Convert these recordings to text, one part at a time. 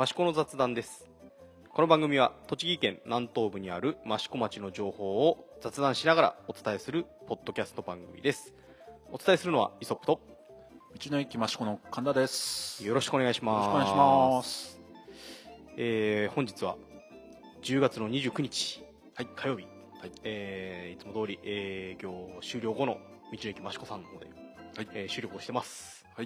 益子の雑談です。この番組は栃木県南東部にある益子町の情報を雑談しながらお伝えするポッドキャスト番組です。お伝えするのはイソップと道の駅益子の神田です。 よろしくお願いします。 よろしくお願いします。 本日は10月の29日、 はい、 火曜日、 はいいつも通り営業終了後の道の駅益子さんの方で、 はい収録をしてます。 はい。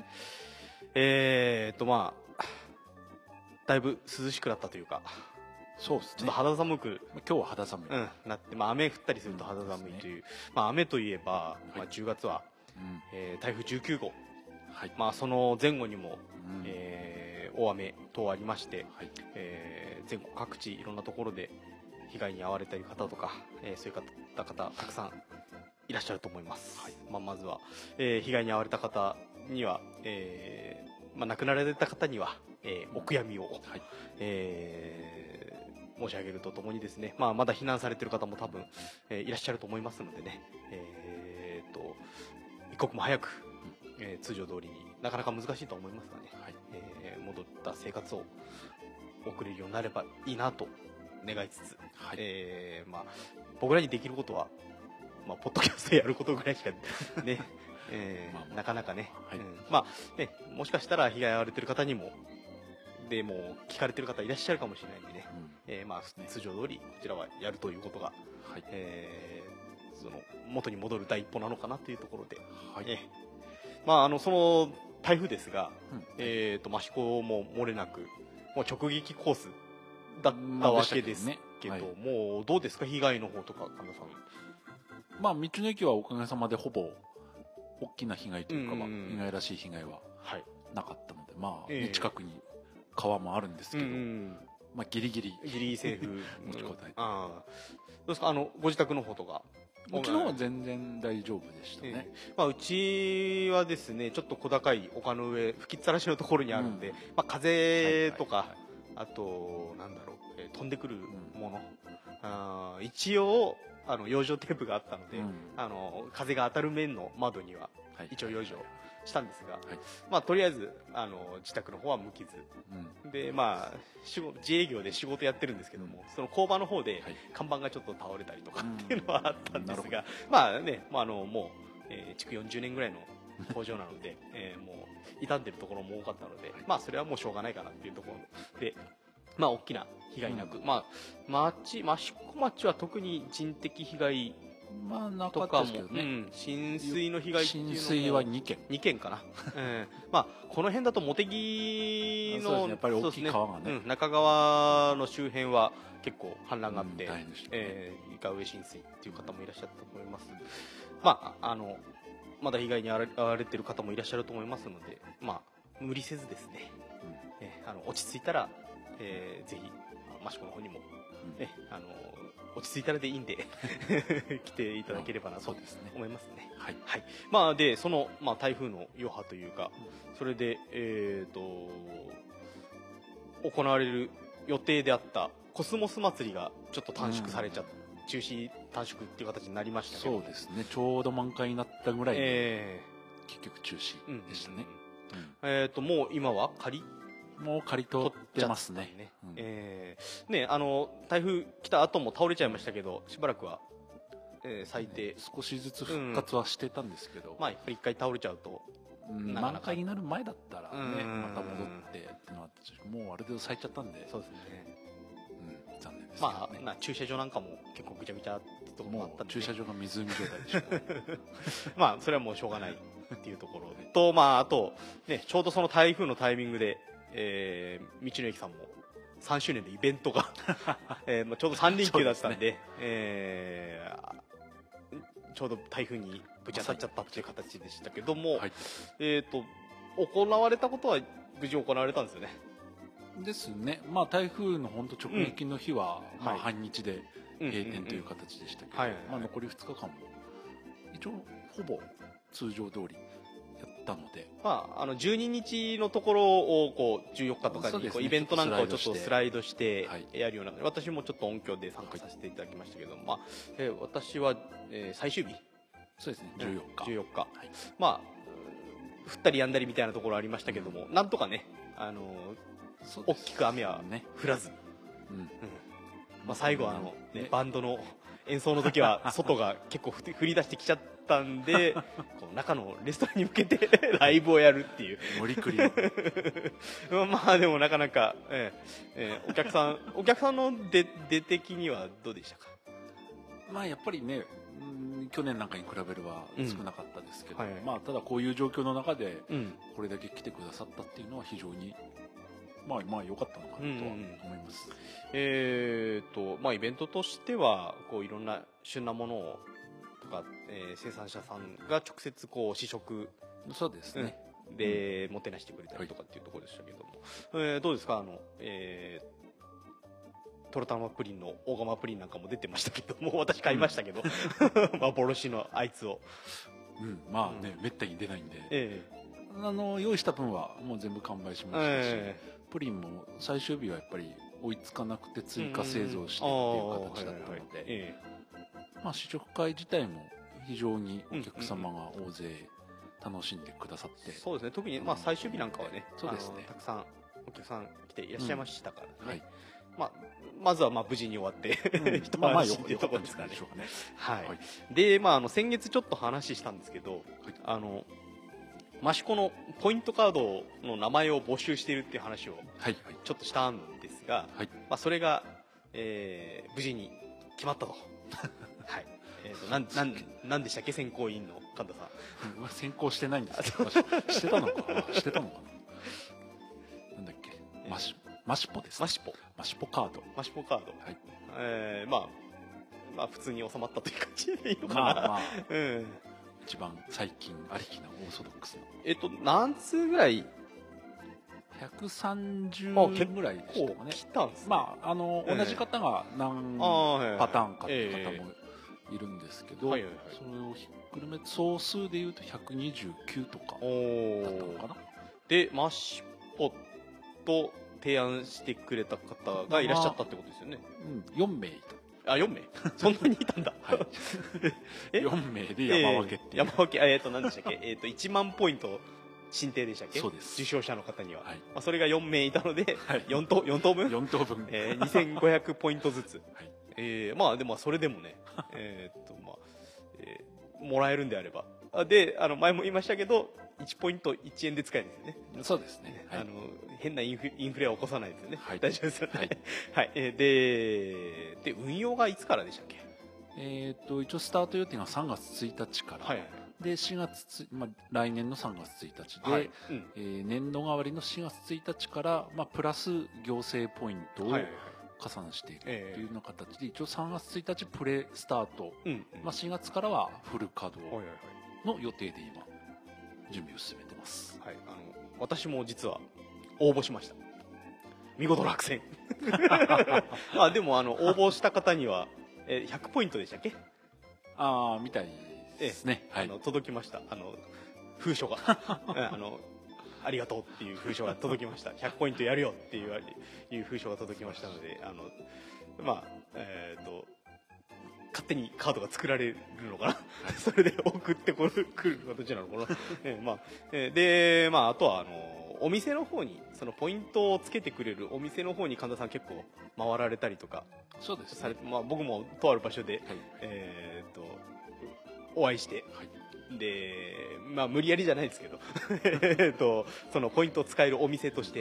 まあだいぶ涼しくなったというか、 そうですね。 ちょっと肌寒く、 今日は肌寒い、 なって、雨降ったりすると肌寒いという、雨といえば、10月は、台風19号、その前後にも、大雨等ありまして、全国各地いろんなところで被害に遭われた方とか、そういう方たくさんいらっしゃると思います。まずは、被害に遭われた方には、亡くなられた方には、お悔やみを、申し上げるとともにですね、まだ避難されている方も多分、いらっしゃると思いますのでね、一刻も早く、通常通りになかなか難しいと思いますがね、戻った生活を送れるようになればいいなと願いつつ、僕らにできることは、ポッドキャストやることぐらいしかねなかなかね、もしかしたら被害に遭われている方にもでも聞かれている方いらっしゃるかもしれないんでね、通常通りこちらはやるということが、その元に戻る第一歩なのかなというところで、その台風ですが、益子も漏れなくもう直撃コースだったわけですけど、もうどうですか、被害の方とか神田さん。 道の駅はおかげさまでほぼ大きな被害というか、被害らしい被害はなかったので、近くに川もあるんですけど、ギリギリセーフ持ちこたえて。 どうですか、ご自宅の方とか。 うちの方は全然大丈夫でしたね。 うちはですね、ちょっと小高い丘の上、吹きっさらしのところにあるんで、風とか、あとなんだろう、飛んでくるもの、一応養生テープがあったので、風が当たる面の窓には一応養生したんですが、とりあえず自宅の方は無傷、で自営業で仕事やってるんですけども、その工場の方で看板がちょっと倒れたりとかっていうのはあったんですが、もう築40年ぐらいの工場なので、もう傷んでるところも多かったので、それはもうしょうがないかなっていうところで、大きな被害なく、益子町は特に人的被害なかとかも、 ったですけどね。 浸水の被害っていうのも浸水は2件かな、この辺だと茂木のやっぱり大きい川がね、 中川の周辺は結構氾濫があって、 大変でしたね。 床上浸水っていう方もいらっしゃったと思います。まだ被害に遭われている方もいらっしゃると思いますので、無理せずですね、落ち着いたら、ぜひ益子の方にも、落ち着いたらでいいんで来ていただければなと思いますね。でその、台風の余波というか、それで行われる予定であったコスモス祭りがちょっと短縮されちゃって、中止短縮っていう形になりましたけど、 そうですね、ちょうど満開になったぐらいで、結局中止でしたね。 もう今はもう借り取ってますね。 台風来た後も倒れちゃいましたけど、しばらくは、最低少しずつ復活はしてたんですけど、 やっぱり一回倒れちゃうと、 満開になる前だったらね、また戻ってってのはもうある程度咲いちゃったんで、 そうですね、 残念ですけどね。 駐車場なんかも結構ぐちゃぐちゃってところもあったんで、 駐車場が湖状態でしたそれはもうしょうがないっていうところと、あと、ちょうどその台風のタイミングで、道の駅さんも3周年でイベントがちょうど3連休だったんで、ちょうど台風にぶち当たっちゃったっていう形でしたけども、行われたことは無事行われたんですよね。 ですね。台風の本当直撃の日は、半日で閉店という形でしたけど、残り2日間も一応ほぼ通常通りやったので、 12日のところをこう14日とかにイベントなんかをちょっとスライドしてやるような、私もちょっと音響で参加させていただきましたけど、私は最終日、 そうですね、14 日、降ったりやんだりみたいなところありましたけども、なんとかね、 大きく雨は降らず、まあ、最後バンドの演奏の時は外が結構降り出してきちゃったんでこう中のレストランに向けてライブをやるっていう森クリまあでもなかなか、お客さんの出的にはどうでしたか？ まあやっぱりね、去年なんかに比べれば少なかったですけど、まあただこういう状況の中でこれだけ来てくださったっていうのは非常にまあ良かったのかなとは思います。 まあイベントとしてはこういろんな旬なものをとか、生産者さんが直接こう試食、 そうですね、 でもてなしてくれたりとかっていうところでしたけども、どうですかトロタマプリンの大釜プリンなんかも出てましたけども私買いましたけど、幻のあいつを、 まあね、めったに出ないんで、用意した分はもう全部完売しましたし、プリンも最終日はやっぱり追いつかなくて追加製造してっていう形だったので、まあ試食会自体も非常にお客様が大勢楽しんでくださって、 そうですね、特にまあ最終日なんかはね、 そうですね、 たくさんお客さん来ていらっしゃいましたからね、まずはまあ無事に終わって一安心というところですかね。で、まあ先月ちょっと話したんですけど、益子のポイントカードの名前を募集しているっていう話をちょっとしたんですが、まあそれが無事に決まったと。はい。なんでしたっけ、選考委員の神田さん。 選考してないんですけど、してたのかな。してたのかな。なんだっけ。マシポです。マシポカード。 マシポカード。はい。まあ普通に収まったという感じでいいのかな。まあ一番最近ありきなオーソドックスな。何通ぐらい ？130ぐらいでしたかね。 来たんですね。 まあ同じ方が何パターンかっていう方もいるんですけど、それをひっくるめ総数でいうと129とかだったのかな。 でマシポと提案してくれた方がいらっしゃったってことですよね。 4名いた。 4名そんなにいたんだ。 4名で山分けっていう。 山分け、何でしたっけ1万ポイント進呈でしたっけ？ そうです。 受賞者の方には。それが4名いたので、4等分 ?4 等分。 2500ポイントずつ。まあでもそれでもね、もらえるんであれば。で、前も言いましたけど、1ポイント1円で使えるんですよね。 そうですね。 変なインフレは起こさないですよね。大丈夫ですよね。はい。で、運用がいつからでしたっけ？ 一応スタート予定が3月1日から。で、4月来年の3月1日で、年度代わりの4月1日から、プラス行政ポイントを加算していくというような形で、一応3月1日プレスタート、4月からはフル稼働の予定で今、準備を進めてます。 私も実は応募しました。見事落選。でも応募した方には100ポイントでしたっけ？ みたいですね。 届きました。封書がありがとうっていう封書が届きました。100ポイントやるよっていう封書が届きましたので、勝手にカードが作られるのかな。それで送ってくる形なのかな。で、あとはお店の方にそのポイントをつけてくれるお店の方に神田さん結構回られたりとか、 そうですね。僕もとある場所で、お会いして、で、無理やりじゃないですけど、そのポイントを使えるお店として、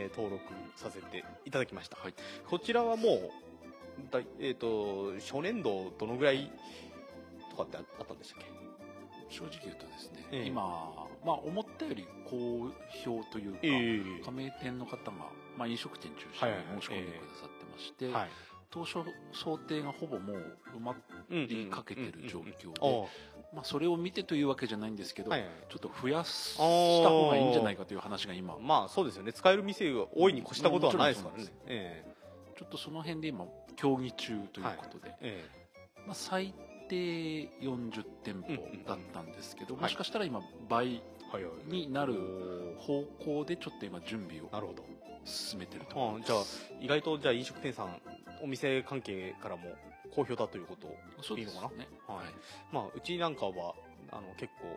登録させていただきました。こちらはもう初年度どのぐらいとかってあったんでしたっけ？ 正直言うとですね、今、思ったより好評というか、加盟店の方が、飲食店中心に申し込んでくださってまして、当初想定がほぼもう埋まりかけてる状況で、それを見てというわけじゃないんですけど、ちょっと増やした方がいいんじゃないかという話が今、 そうですよね。使える店が多いに越したことはないですからね。 ちょっとその辺で今協議中ということで、最低40店舗だったんですけど、もしかしたら今倍になる方向でちょっと今準備を進めてると思います。 じゃあ意外と飲食店さんお店関係からも好評だということでいいのかな。うちなんかは結構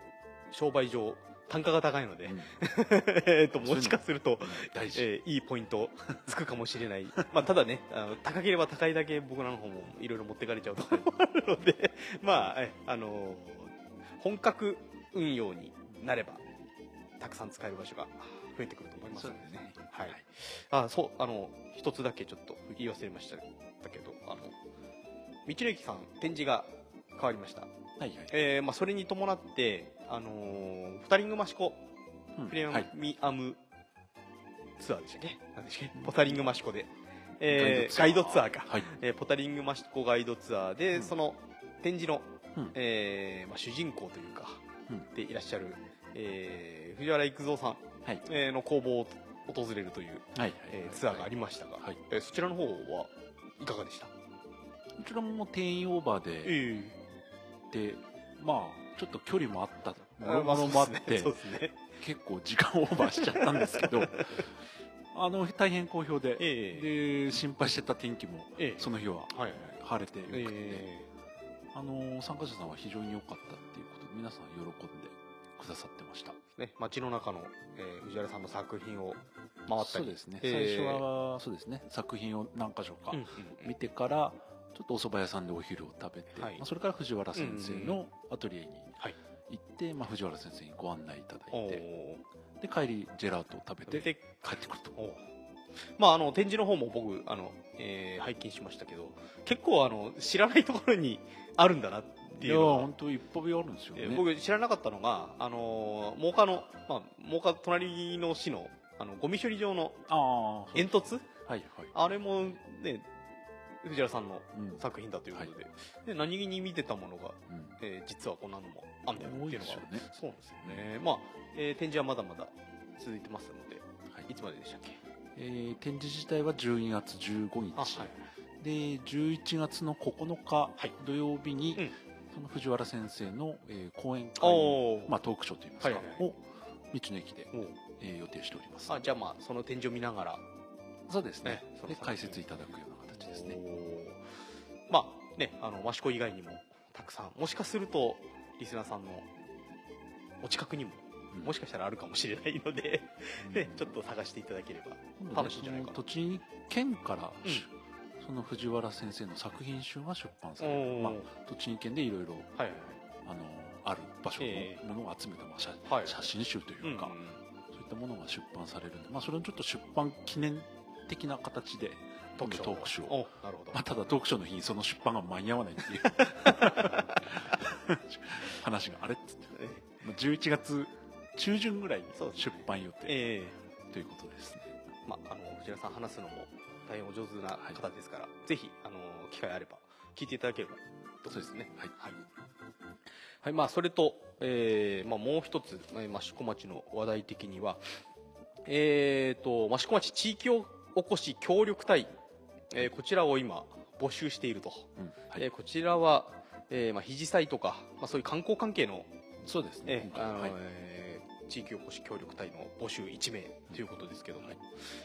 商売上単価が高いので、もしかするといいポイントつくかもしれないまあただね、高ければ高いだけ僕らの方もいろいろ持ってかれちゃうところもあるのでまあ本格運用になればたくさん使える場所が増えてくると思いますのでね。はい。そう一つだけちょっと言い忘れましたけど、道の駅さん展示が変わりました。まあそれに伴ってポタリング益子プレミアムツアーでしたっけ？何でしたっけ？ポタリング益子でガイドツアーか。ポタリング益子ガイドツアーでその展示のまあ主人公というかでいらっしゃる藤原育三さんの工房を訪れるというツアーがありましたが、そちらの方はいかがでした？こちらも定員オーバーで、まあちょっと距離もあったものもあって結構時間オーバーしちゃったんですけど大変好評で心配してた天気もその日は晴れてよくて参加者さんは非常に良かったっていうことで皆さん喜んでくださってました。 街の中の藤原さんの作品を回ったり。 そうですね。最初はそうですね。作品を何箇所か見てからちょっとお蕎麦屋さんでお昼を食べて、それから藤原先生のアトリエに行って、藤原先生にご案内いただいて、で帰りジェラートを食べて帰ってくると。 まあ展示の方も僕拝見しましたけど、結構知らないところにあるんだなっていうのは。 本当いっぱいあるんですよね。 僕知らなかったのが真岡の真岡隣の市のゴミ処理場の煙突、あれもね藤原さんの作品だということで、何気に見てたものが実はこんなのもあんだよっていうのがそうなんですよね。まあ展示はまだまだ続いてますので、いつまででしたっけ？ 展示自体は12月15日で11月の9日土曜日にその藤原先生の講演会、トークショーといいますかを道の駅で予定しております。 じゃあまあその展示を見ながらそうですね。で解説いただくような形ですね。 まあね益子以外にもたくさんもしかするとリスナーさんのお近くにももしかしたらあるかもしれないのでちょっと探していただければ楽しいんじゃないかな。 栃木県からその藤原先生の作品集が出版される、栃木県でいろいろある場所のものを集めた写真集というかそういったものが出版されるんで、それをちょっと出版記念的な形でトークショーをただトークショーの日にその出版が間に合わないっていう話があれっつって11月中旬ぐらいに出版予定ということですね。 藤原さん話すのも大変お上手な方ですから、ぜひ機会あれば聞いていただければと。そうですね。はい。それともう一つ益子町の話題的には益子町地域おこし協力隊、こちらを今募集していると。こちらは肘祭とかそういう観光関係のそうですね。 地域おこし協力隊の募集1名ということですけども、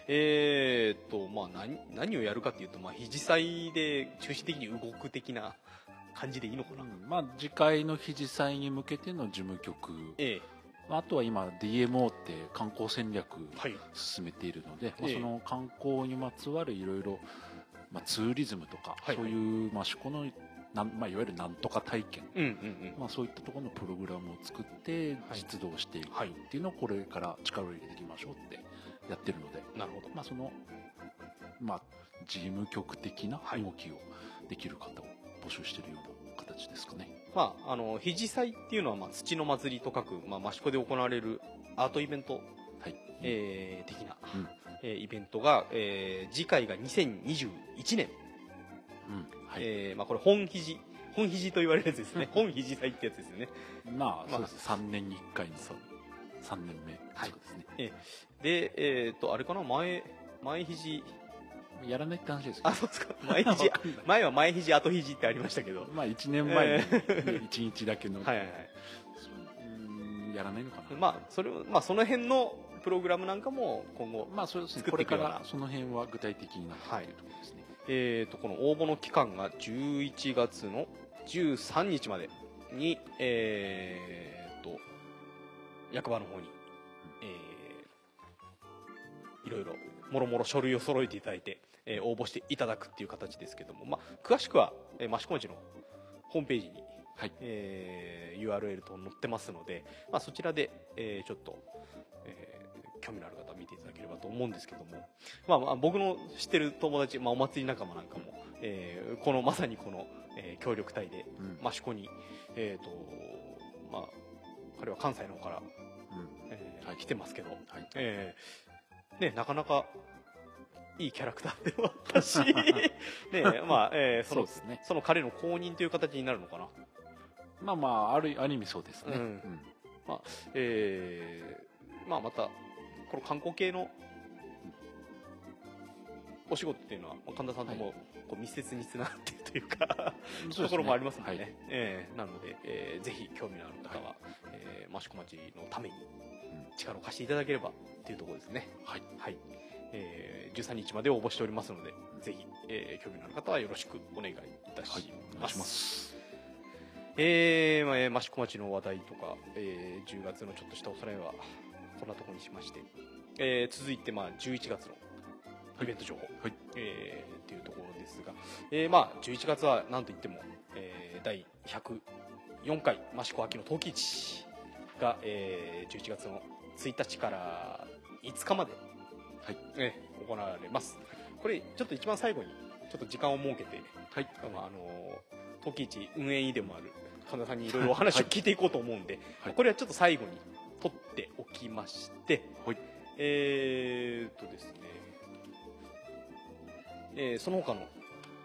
何をやるかというと肘祭で中心的に動く的な感じでいいのかな。 次回の肘祭に向けての事務局、あとは今 DMO って観光戦略進めているので、その観光にまつわるいろいろツーリズムとか、そういう益子のいわゆるなんとか体験、そういったところのプログラムを作って実動していくっていうのをこれから力を入れていきましょうってやってるので、その事務局的な動きをできる方を募集しているような形ですかね。 肘祭っていうのは土の祭りと書く益子で行われるアートイベント的なイベントが次回が2021年、これ本肘と言われるやつですね。本肘祭ってやつですよね。 そうです。3年に1回の3年目そうですね。 であれかな、前肘やらないって話ですけど。 そうですか。前は前肘後肘ってありましたけど、 1年前に1日だけのやらないのかな。 その辺のプログラムなんかも今後そうですね。これからその辺は具体的になっているところですね。 この応募の期間が11月の13日までに役場の方に、いろいろもろもろ書類を揃えていただいて、応募していただくっていう形ですけども、詳しくは、益子町のホームページに、はい、URL と載ってますので、そちらで、ちょっと、興味のある方は見ていただければと思うんですけども、僕の知ってる友達、お祭り仲間なんかも、まさにこの、協力隊で益子に、彼は関西の方から、来てますけど、ね、なかなかいいキャラクターではあったしね、その彼の公認という形になるのかな。 ある意味そうですね。 またこの観光系のお仕事っていうのは神田さんともこう密接につながっているというかところもありますのでね。なので、ぜひ興味のある方は、益子町のために力を貸していただければっていうところですね。はい、13日まで応募しておりますので、ぜひ、興味のある方はよろしくお願いいたします。益子町の話題とか、10月のちょっとしたおさらいはこんなところにしまして、続いて11月のイベント情報、っていうところですが、11月は何といっても、第104回益子秋の陶器市が、11月の1日から5日まで、行われます。これちょっと一番最後にちょっと時間を設けて、陶器市運営委でもある神田さんにいろいろお話を聞いていこうと思うんで、これはちょっと最後に取っておきまして、ですね、その他の、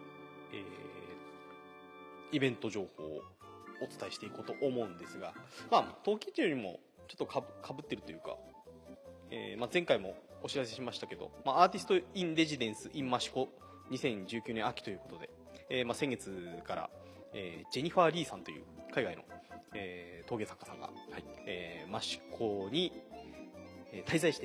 イベント情報をお伝えしていこうと思うんですが、陶器市よりもちょっとかぶってるというか、前回もお知らせしましたけど、アーティスト・イン・レジデンス・イン・益子2019年秋ということで、先月から、ジェニファー・リーさんという海外の、陶芸作家さんが、益子に、滞在して、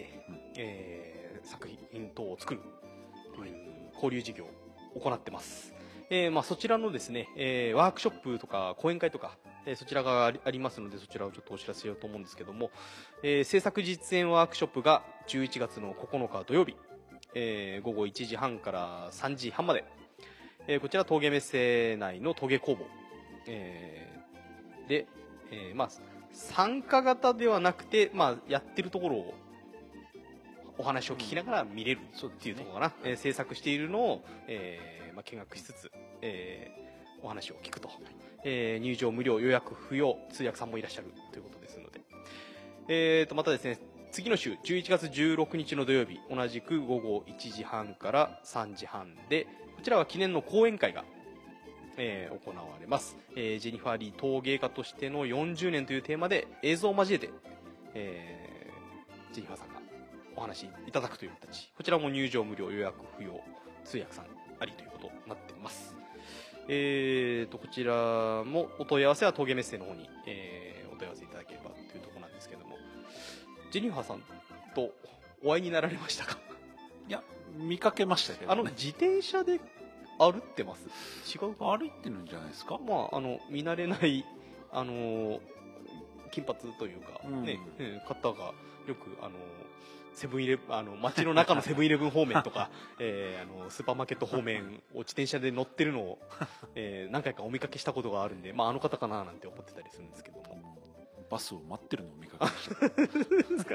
作品等を作るという交流事業を行ってます。そちらのですね、ワークショップとか講演会とか、そちらがありますので、そちらをちょっとお知らせしようと思うんですけども、制作実演ワークショップが11月の9日土曜日、午後1時半から3時半まで、こちら陶芸メッセ内の陶芸工房、で、参加型ではなくて、やってるところをお話を聞きながら見れるっていうところかな。制作しているのを、見学しつつ、お話を聞くと、入場無料、予約不要、通訳さんもいらっしゃるということですので、またですね、次の週11月16日の土曜日、同じく午後1時半から3時半で、こちらは記念の講演会が、行われます。ジェニファー・リー陶芸家としての40年というテーマで映像を交えて、ジェニファーさんがお話いただくという形。こちらも入場無料、予約不要、通訳さんありということになっています。こちらもお問い合わせは陶芸メッセの方に、お問い合わせいただければというところなんですけども、ジェニファーさんとお会いになられましたか？ いや、見かけましたけどね。 自転車で歩ってます？違うか？ 歩いてるんじゃないですか？ 見慣れない金髪というか、方がよくセブンイレブン街の中のセブンイレブン方面とか、スーパーマーケット方面を自転車で乗ってるのを、何回かお見かけしたことがあるんで、あの方かななんて思ってたりするんですけども、 バスを待ってるのを見かけました。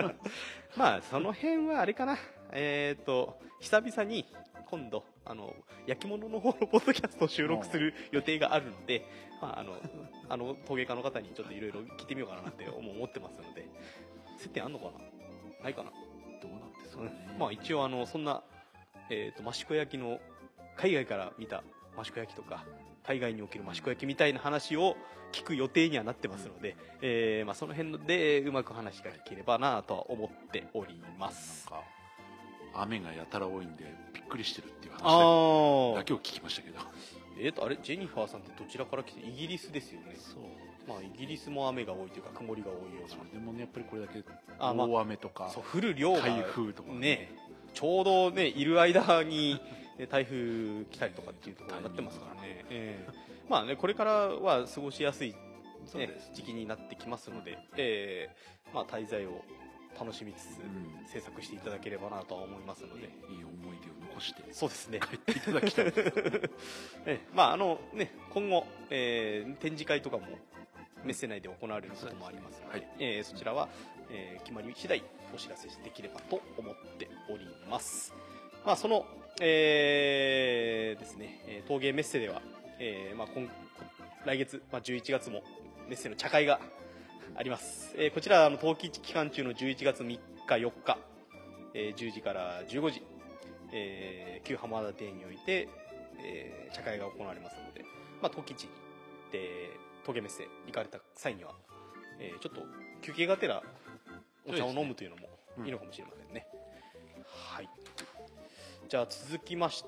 その辺はあれかな、久々に今度焼き物の方のポッドキャストを収録する予定があるので、陶芸家の方にちょっといろいろ聞いてみようかなって思ってますので、接点あんのかな、ないかな、 どうなんですかね。 一応そんな、益子焼の海外から見た益子焼とか海外における益子焼みたいな話を聞く予定にはなってますので、その辺でうまく話が聞ければなとは思っております。 雨がやたら多いんでびっくりしてるっていう話だけを聞きましたけど、 あれジェニファーさんってどちらから来て？イギリスですよね。そう、イギリスも雨が多いというか曇りが多いような。 でもね、やっぱりこれだけ大雨とか、 降る量が台風とかね、ちょうどねいる間に台風来たりとかっていうところになってますからね。これからは過ごしやすい時期になってきますので、滞在を楽しみつつ制作していただければなとは思いますので、 いい思い出を残してそうですね帰っていただきたい今後、展示会とかもメッセ内で行われることもありますので、そちらは、決まり次第お知らせできればと思っております。その、ですね、陶芸メッセでは、来月、11月もメッセの茶会があります。こちら陶器期間中の11月3日4日、10時から15時、旧浜田邸において、茶会が行われますので、陶器地で陶芸メッセ行かれた際には、ちょっと休憩がてらお茶を飲むというのもいいのかもしれませんね。はい。じゃあ続きまして、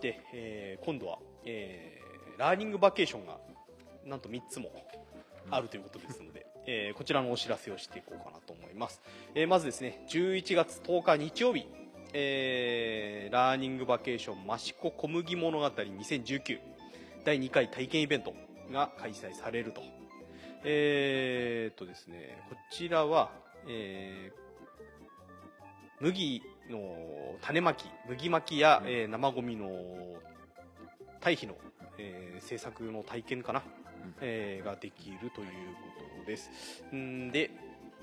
今度は、ラーニングバケーションがなんと3つもあるということですので、こちらのお知らせをしていこうかなと思います。まずですね、11月10日日曜日、ラーニングバケーション益子小麦物語2019第2回体験イベントが開催されると。ですね、こちらは、麦の種まき、麦巻きや、生ゴミの堆肥の、製作の体験かな、ができるということです。で、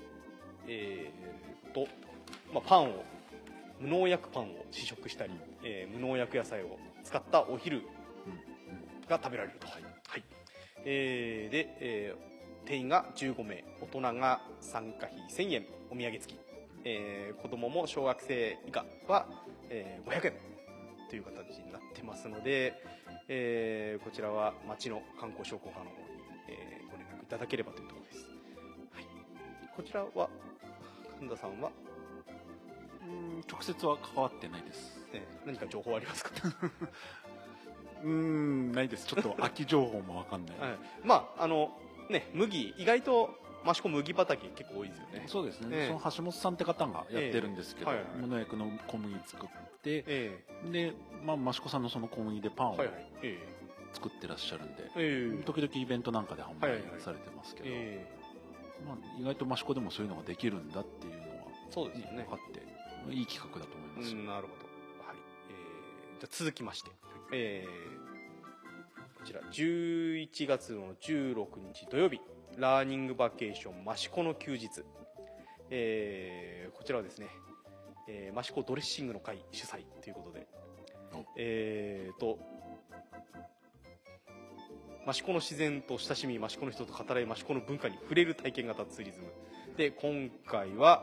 パンを無農薬パンを試食したり、無農薬野菜を使ったお昼が食べられると。はい。で、定員が15名、大人が参加費1000円、お土産付き、子供も小学生以下は、500円という形になってますので、こちらは町の観光商工課の方に、ご連絡いただければというところです。はい、こちらは神田さんは直接は関わってないです。 何か情報ありますか？ ないです。ちょっと空き情報もわかんない。 麦意外と益子麦畑結構多いですよね。 そうですね。その橋本さんって方がやってるんですけど、無農薬の小麦作って、で、益子さんのその小麦でパンを作ってらっしゃるんで、時々イベントなんかで販売されてますけど、意外と益子でもそういうのができるんだっていうのはそうですよね。 分かっていい企画だと思います。 なるほど。はい。じゃあ続きまして、こちら11月の16日土曜日、ラーニングバケーション益子の休日、こちらはですね、益子ドレッシングの会主催ということで、益子の自然と親しみ、益子の人と語らい、益子の文化に触れる体験型ツーリズムで、今回は、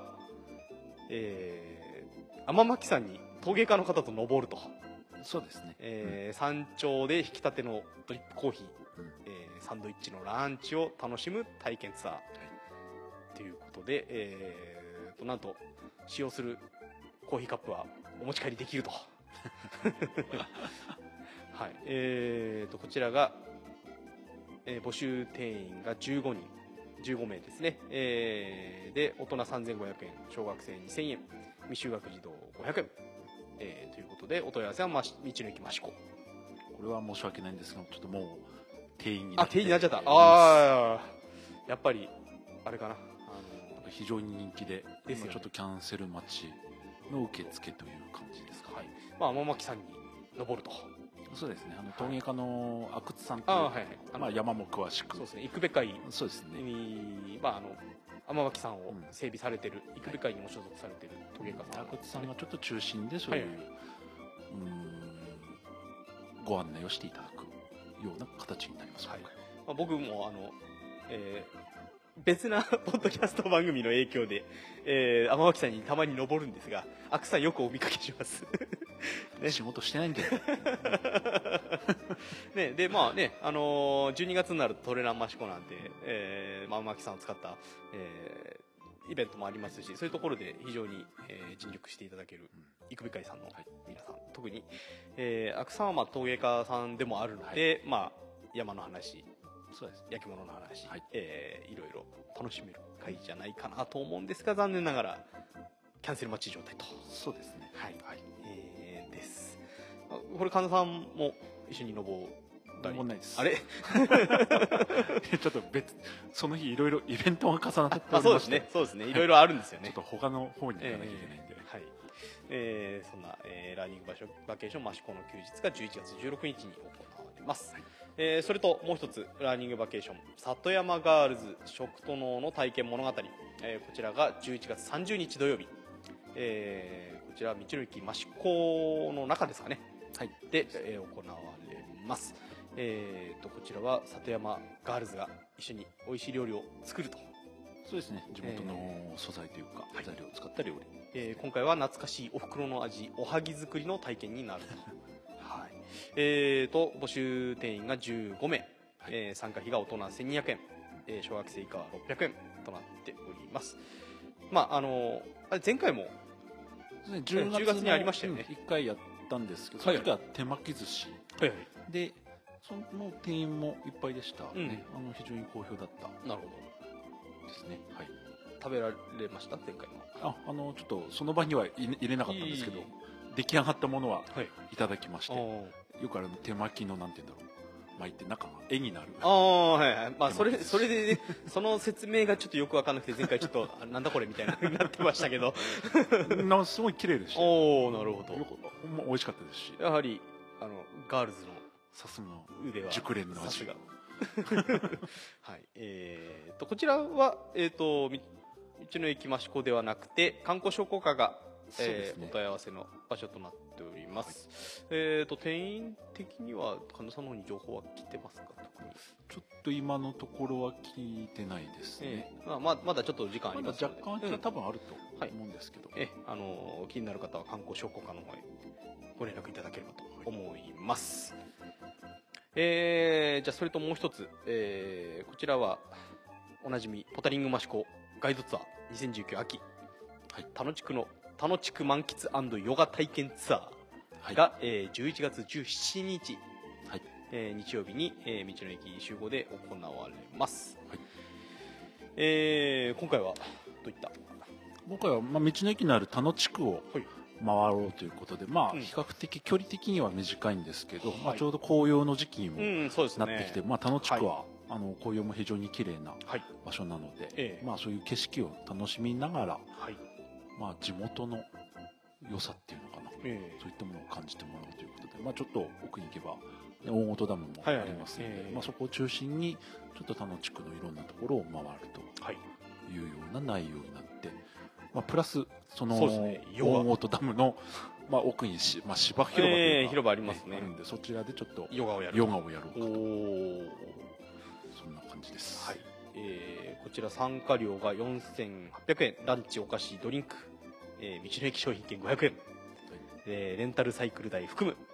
天巻山に陶芸家の方と登ると。 そうですね。 山頂で引き立てのドリップコーヒー、サンドイッチのランチを楽しむ体験ツアーということで、なんと使用するコーヒーカップはお持ち帰りできると。はい。こちらが、募集定員が15名ですね。で、大人3500円、小学生2000円、未就学児童500円。ということで、お問い合わせは道の駅益子。これは申し訳ないんですが、ちょっともう定員になっちゃった。やっぱりあれかな。 非常に人気で、今ちょっとキャンセル待ちの受付という感じですか。はい。 天巻山に登ると。 そうですね。陶芸家の阿久津さんという、山も詳しく。 そうですね。生部会に、 そうですね。 天巻さんを整備されてる、生部会にも所属されてる陶芸家さん。 阿久津さんがちょっと中心でそういう、ご案内をしていただくような形になります。はい。 僕も別なポッドキャスト番組の影響で、天巻さんにたまに登るんですが、阿久さんよくお見かけします。 仕事してないんだよ。 ね、で12月になるとトレラン益子なんて、天巻さんを使った、イベントもありますし、そういうところで非常に、尽力していただける生部会さんの皆さん、特に、阿久さんは陶芸家さんでもあるので、山の話、そうです、焼き物の話、いろいろ楽しめる会じゃないかなと思うんですが、残念ながらキャンセル待ち状態と。 そうですね。 はい。です。これ神田さんも一緒に登ったり。 もないです。 あれちょっとその日いろいろイベントが重なっておりまして。 そうですね。そうですね。いろいろあるんですよね。 ちょっと他の方に行かなきゃいけないんで。 はい。そんな、ラーニングバケーション益子の休日が11月16日に行われます。それともう一つ、ラーニングバケーション里山ガールズ食と農の体験物語、こちらが11月30日土曜日、こちら道の駅益子の中ですかね、はい、で、行われます。こちらは里山ガールズが一緒に美味しい料理を作ると。 そうですね、地元の素材というか、材料を使った料理、 今回は懐かしいお袋の味おはぎ作りの体験になるとはい、募集定員が15名、参加費が大人1200円、小学生以下は600円となっております。まああれ前回も10月にありましたよね。 1回やったんですけど、その時は手巻き寿司、でその定員もいっぱいでしたね、非常に好評だった。 なるほどですね。はい、食べられました前回も。 ちょっとその場には入れなかったんですけど、出来上がったものはいただきまして、よく手巻きのなんて言うんだろう、巻いて中が絵になる。 まあそれで、ね、その説明がちょっとよく分かんなくて前回ちょっとなんだこれみたいななってましたけどすごい綺麗でした。 なるほど。 美味しかったですし、 やはりガールズのさすが腕は熟練の味がはい、こちらは道の駅益子ではなくて観光商工課が、お問い合わせの場所となっております。定員的には神田さんの方に情報は来てますか？特にちょっと今のところは聞いてないですね。 まだちょっと時間ありますので、 若干空きは多分あると思うんですけど、 気になる方は観光商工課の方へご連絡いただければと思います。じゃあそれともう一つ、こちらはおなじみポタリング益子ガイドツアー2019秋、田野地区満喫&ヨガ体験ツアーが、11月17日、日曜日に、道の駅集合で行われます。今回はどういった？ 今回は、道の駅のある田野地区を回ろうということで、比較的距離的には短いんですけど、ちょうど紅葉の時期にもなってきて、田野地区は、紅葉も非常に綺麗な場所なので、そういう景色を楽しみながら、地元の良さっていうのかな、そういったものを感じてもらうということで、ちょっと奥に行けば大本ダムもありますので、そこを中心にちょっと田野地区のいろんなところを回るというような内容になって、プラスその大本ダムの奥に芝広場というかありますね。 あるんで、そちらでちょっとヨガをやろうかと、 そんな感じです。 こちら参加料が4800円、ランチお菓子ドリンク、道の駅商品券500円、レンタルサイクル代含む、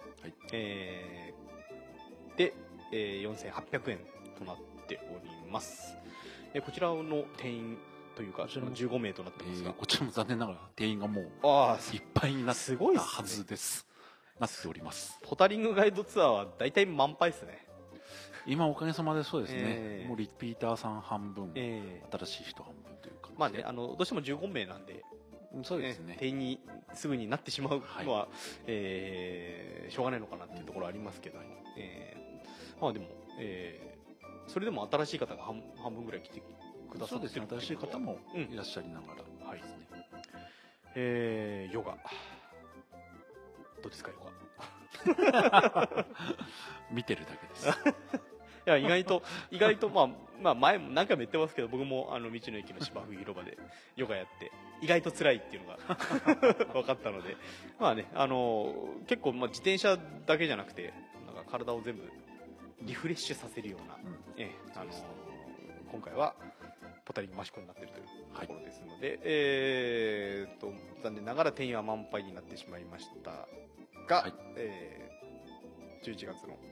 で、4800円となっております。こちらの定員というか15名となってますが、 こちらも残念ながら定員がもういっぱいになったはずです。なっております。 ポタリングガイドツアーは大体満杯ですね。 今おかげさまでそうですね、もうリピーターさん半分、新しい人半分というか、 どうしても15名なんで、 そうですね、 定員にすぐになってしまうのは、しょうがないのかなっていうところはありますけども、でも、それでも新しい方が半分ぐらい来てくださってる。 そうですね、新しい方もいらっしゃりながらですね。ヨガどうですか、ヨガ見てるだけです。 いや意外と前も何回も言ってますけど、僕も道の駅の芝生広場でヨガやって意外と辛いっていうのが分かったので、結構自転車だけじゃなくてなんか体を全部リフレッシュさせるような、今回はポタリング益子になっているというところですので、残念ながら定員は満杯になってしまいましたが、11月の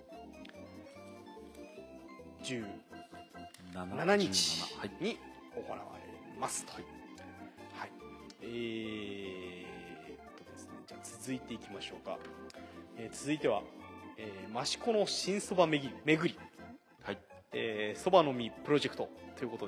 17日に行われますと。ですね、じゃあ続いていきましょうか。続いては、益子の新そば巡り、そばの実プロジェクトということ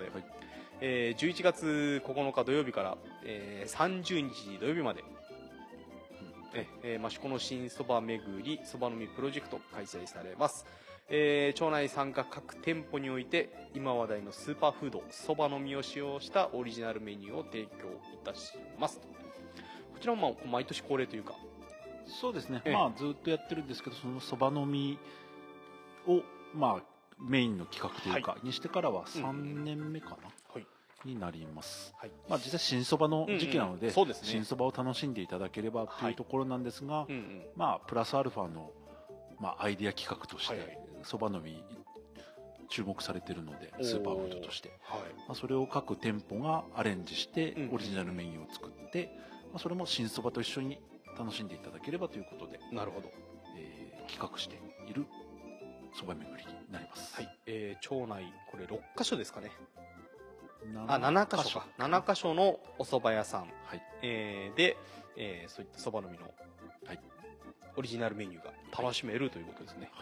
で、11月9日土曜日から、30日土曜日まで、 益子の新そば巡りそば飲みプロジェクト開催されます。町内参加各店舗において今話題のスーパーフードそばの実を使用したオリジナルメニューを提供いたします。こちらも毎年恒例というか。 そうですね、ずっとやってるんですけど、そのそばの実をメインの企画というか、にしてからは3年目かな、になります。実際新そばの時期なので、新そばを楽しんでいただければというところなんですが、プラスアルファのアイデア企画としてそばの実注目されているので、スーパーフードとして、それを各店舗がアレンジしてオリジナルメニューを作って、それも新そばと一緒に楽しんでいただければということで、 なるほど、 企画しているそば巡りになります。 町内これ6カ所ですかね。7カ所か。7カ所のお蕎麦屋さん、で、そういったそばの実のオリジナルメニューが楽しめるということですね。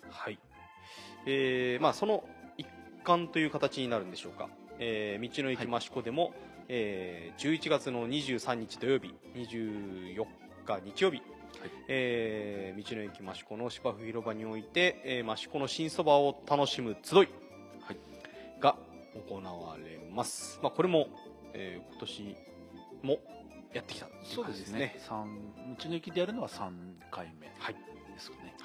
その一環という形になるんでしょうか。道の駅益子でも、11月の23日土曜日、24日日曜日、道の駅益子の芝生広場において、益子の新そばを楽しむ集いが行われます。これも、今年もやってきたという感じですね。 道の駅でやるのは3回目ですかね。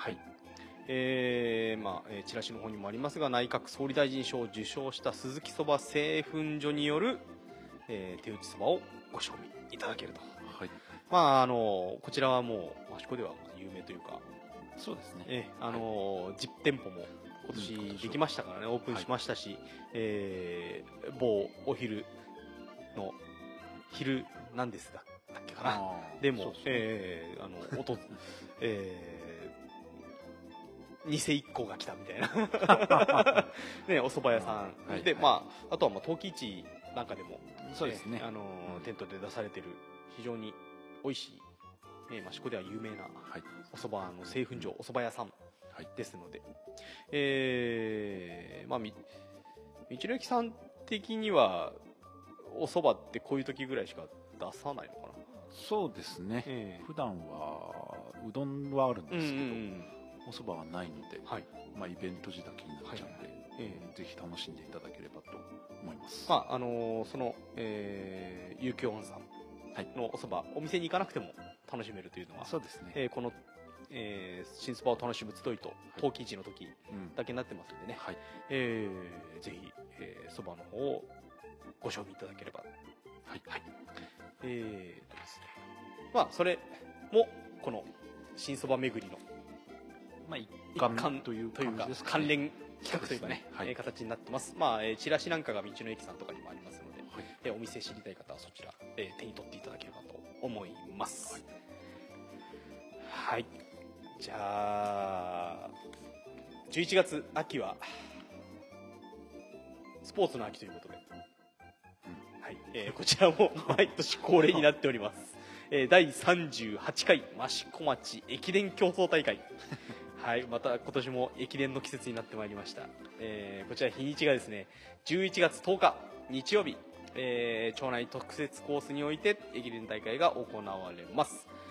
チラシの方にもありますが、内閣総理大臣賞を受賞した鈴木そば製粉所による、手打ちそばをご賞味いただけると。こちらはもう益子では有名というか、 そうですね。 実店舗も今年できましたからね、オープンしましたし、某お昼の昼なんですだったっけかな、でも偽一行が来たみたいなね、お蕎麦屋さんで、あとは陶器市なんかでもそうですね、テントで出されてる非常に美味しい、益子では有名なお蕎麦の製粉所、お蕎麦屋さんですので、道の駅さん的にはお蕎麦ってこういう時ぐらいしか出さないのかな。 そうですね、普段はうどんはあるんですけど、お蕎麦はないので、イベント時だけになっちゃうので、ぜひ楽しんでいただければと思います。 その遊興庵さんのお蕎麦、お店に行かなくても楽しめるというのは、 そうですね、 この新そばを楽しむ集いと陶器市の時だけになってますんでね、ぜひそばの方をご賞味いただければ。それもこの新そば巡りの一環というか関連企画というかね、形になってます。チラシなんかが道の駅さんとかにもありますので、お店知りたい方はそちら、手に取っていただければと思います。じゃあ11月秋はスポーツの秋ということで、こちらも毎年恒例になっております。第38回益子町駅伝競争大会また今年も駅伝の季節になってまいりました。こちら日にちがですね、11月10日日曜日、町内特設コースにおいて駅伝大会が行われます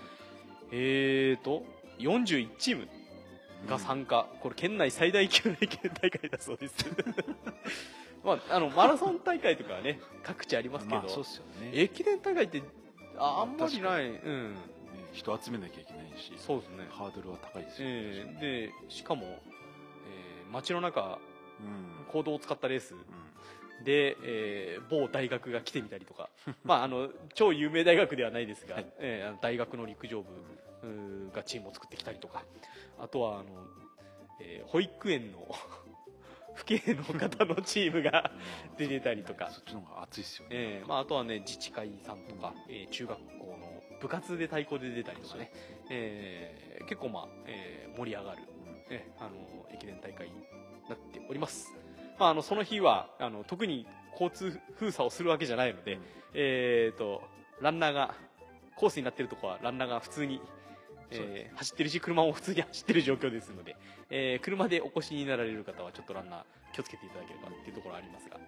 。41チームが参加、これ県内最大級の駅伝大会だそうですマラソン大会とかはね各地ありますけど、駅伝大会ってあんまりない、 人集めなきゃいけないし、 そうですね、 ハードルは高いですよね。 でしかも、街の中、公道を使ったレースで、某大学が来てみたりとか超有名大学ではないですが、大学の陸上部がチームを作ってきたりとか、あとは保育園の父兄の方のチームが出てたりとか、 そっちの方が熱いですよね。 あとはね、自治会さんとか、中学校の部活で太鼓で出たりとかね、結構盛り上がる、駅伝大会になっております。その日は特に交通封鎖をするわけじゃないので、ランナーがコースになっているところはランナーが普通に走ってるし、車も普通に走ってる状況ですので、車でお越しになられる方はちょっとランナー気をつけていただければっていうところありますが、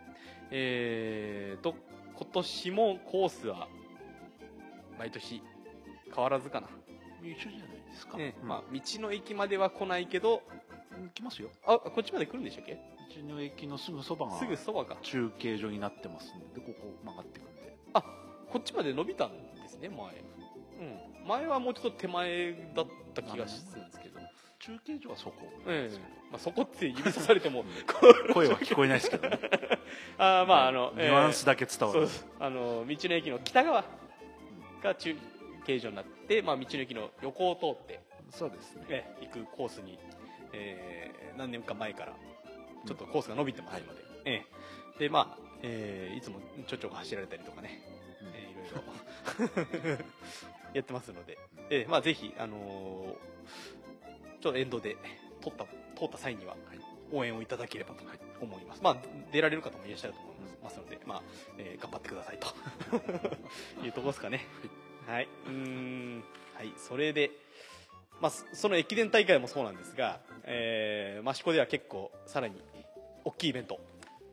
今年もコースは毎年変わらずかな、 一緒じゃないですか。 まあ道の駅までは来ないけど、 来ますよ。 あ、こっちまで来るんでしたっけ？ 道の駅のすぐそばがすぐそばか。 中継所になってますんで、ここ曲がってくんで。 あ、こっちまで伸びたんですね、前。前はもうちょっと手前だった気がするんですけど。 中継所はそこ。 まあそこって指さされても声は聞こえないですけどね。 まあニュアンスだけ伝わる。 道の駅の北側が中継所になって、まあ道の駅の横を通って、 そうですね。 行くコースに、何年か前からちょっとコースが伸びてますので、でまあ、いつもちょちょが走られたりとかね、いろいろやってますので、まあぜひちょっと沿道で通った際には応援をいただければと思います。まあ出られる方もいらっしゃると思いますので、まあ、頑張ってくださいというところですかね。はい、はい、それで。まあ、その駅伝大会もそうなんですが、益子では結構さらに大きいイベント、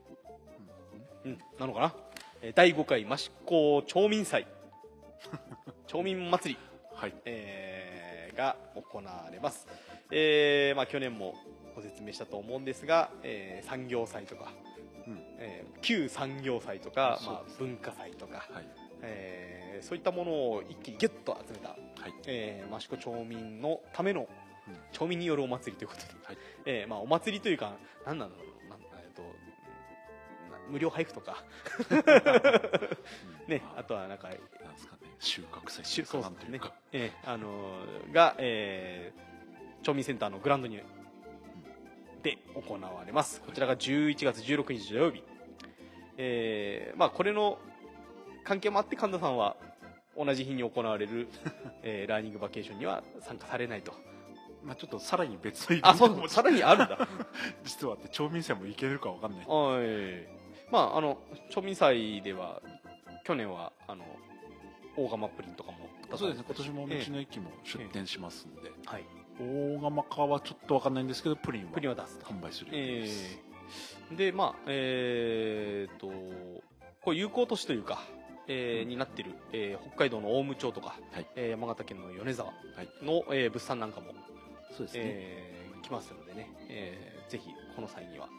なのかな、第5回益子町民祭町民祭り、が行われます。まあ、去年もご説明したと思うんですが、産業祭とか、旧産業祭とか、まあ、文化祭とか、そういったものを一気にギュッと集めた、益子町民のための町民によるお祭りということで、まあ、お祭りというか何なんだろう、無料配布とかね、あとはなんか収穫祭とかなんていうか、 が、町民センターのグラウンドにで行われます。こちらが11月16日土曜日、まあこれの関係もあって神田さんは同じ日に行われる、ラーニングバケーションには参加されないと。 まあちょっとさらに別のイベントもさらにあるんだ実はあって、町民祭も行けるかわかんない。 まあ町民祭では去年は大釜プリンとかも、 そうですね、今年も道の駅も出店しますんで、大釜かはちょっとわかんないんですけど、プリンは出す販売する。 でまあこう友好都市というか、になっている、北海道の大武町とか、山形県の米沢の、物産なんかもそうですね、 来ますのでね、ぜひこの際には、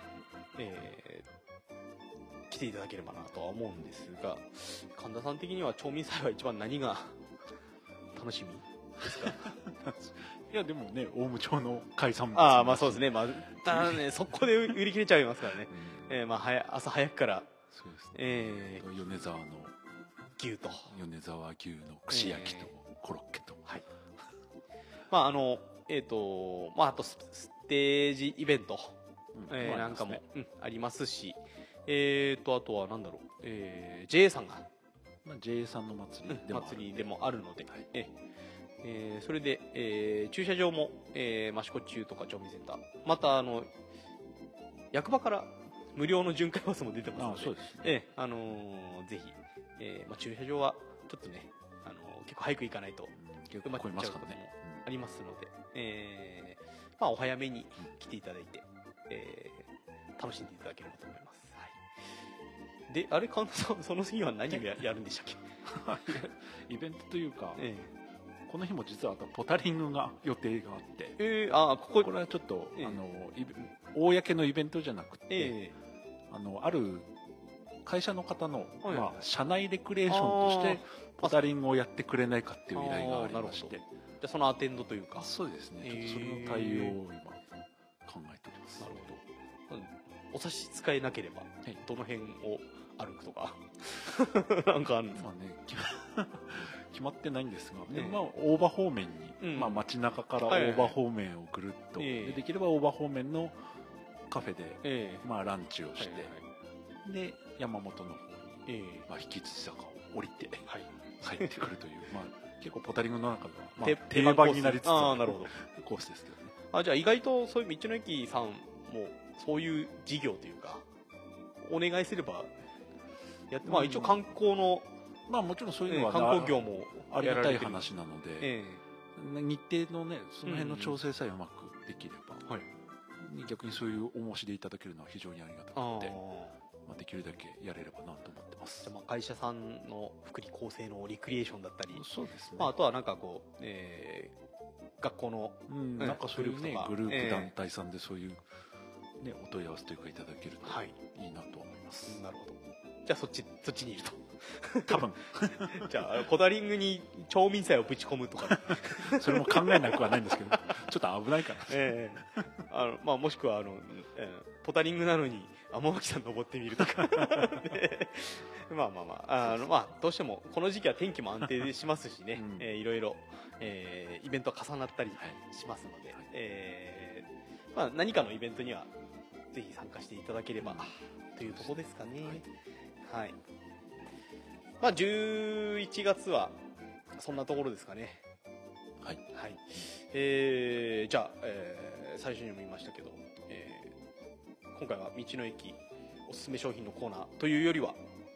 来ていただければなとは思うんですが、神田さん的には町民祭は一番何が楽しみですか？ いやでもね、大武町の海産物、 まあそうですね、まあただねそこで売り切れちゃいますからね、まあ朝早くから、 そうですね、米沢の牛と米沢牛の串焼きとコロッケと、 まあまああとステージイベント、なんかもありますし、あとはなんだろう、JA さんが、 JA さんの祭りでもあるので、それで、駐車場も、益子中とか町民センター、また役場から無料の巡回バスも出てますので、ぜひ、駐車場はちょっとね、結構早く行かないと埋まっちゃうこともありますので、まあ、お早めに来ていただいて、楽しんでいただければと思います。で、あれ、神田さん、その次は何をやるんでしたっけ？イベントというか、この日も実はポタリングが予定があって、これはちょっと、公のイベントじゃなくて、ある会社の方の、社内レクリエーションとしてポタリングをやってくれないかっていう依頼がありまして、 でそのアテンドというか、 そうですね、ちょっとそれの対応を今考えております。 なるほど。お差し支えなければ、どの辺を歩くとかなんかあるんですか？ 決まってないんですが、大場方面に、街中から大場方面をぐるっと、できれば大場方面のカフェで、ランチをして、で山本の方に、引き津坂を降りて、帰ってくるという、結構ポタリングの中では、定番になりつつあるコースですけどね。 じゃあ意外とそういう道の駅さんもそういう事業というかお願いすればやって、一応観光の、 もちろんそういうのは観光業もありがたい話なので、日程のね、その辺の調整さえうまくできれば、逆にそういうお申し出いただけるのは非常にありがたくて、できるだけやれればなと思ってます。 ます。 まあ会社さんの福利厚生のリクリエーションだったり、 そうですね。 まあ、あとはなんかこう、学校の、 なんかそういうね、グループ団体さんでそういう、ね、お問い合わせというかいただけるといいなと思います。 なるほど。じゃあそっちにいると。 多分。 じゃあ、コダリングに町民祭をぶち込むとか。 それも考えなくはないんですけど、ちょっと危ないかな。 まあ、もしくは、ポタリングなのに、天巻さん登ってみるとか。まあまあまあ、まあ、どうしても、この時期は天気も安定しますしね、いろいろ、イベントは重なったりしますので、まあ、何かのイベントには、ぜひ参加していただければ、というところですかね。はい。まあ、11月は、そんなところですかね。 はい。 はい。じゃあ、最初にも言いましたけど、今回は道の駅おすすめ商品のコーナーというよりは、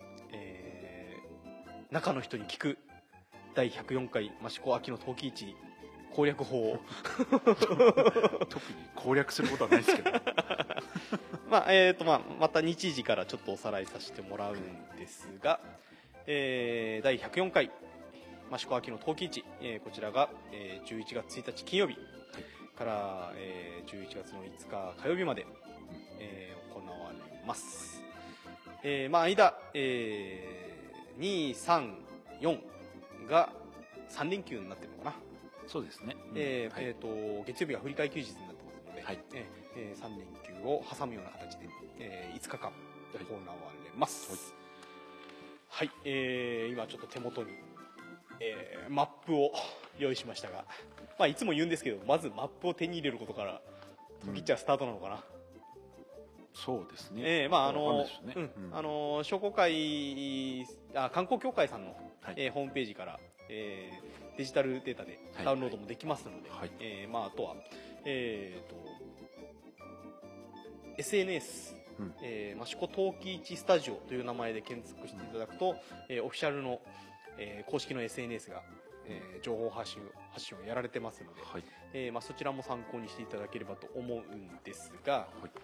中の人に聞く第104回益子秋の陶器市攻略法を特に攻略することはないですけどまあ、また日時からちょっとおさらいさせてもらうんですが、第104回益子秋の陶器市、こちらが、11月1日金曜日から、11月の5日火曜日まで、行われます。まあ、間、2、3、4が3連休になってるのかな。 そうですね。 月曜日が振り替え休日になってますので、 はい 3連休を挟むような形で、5日間行われます。はい、今ちょっと手元に、マップを用意しましたが、まあ、いつも言うんですけど、まずマップを手に入れることからピッチャースタートなのかな。 そうですね。 まあ商工会観光協会さんの、ホームページから、デジタルデータでダウンロードもできますので、まあ、あとは、SNS、益子陶器市スタジオという名前で検索していただくと、オフィシャルの、公式の SNS が、情報発信をやられてますので、まあ、そちらも参考にしていただければと思うんですが、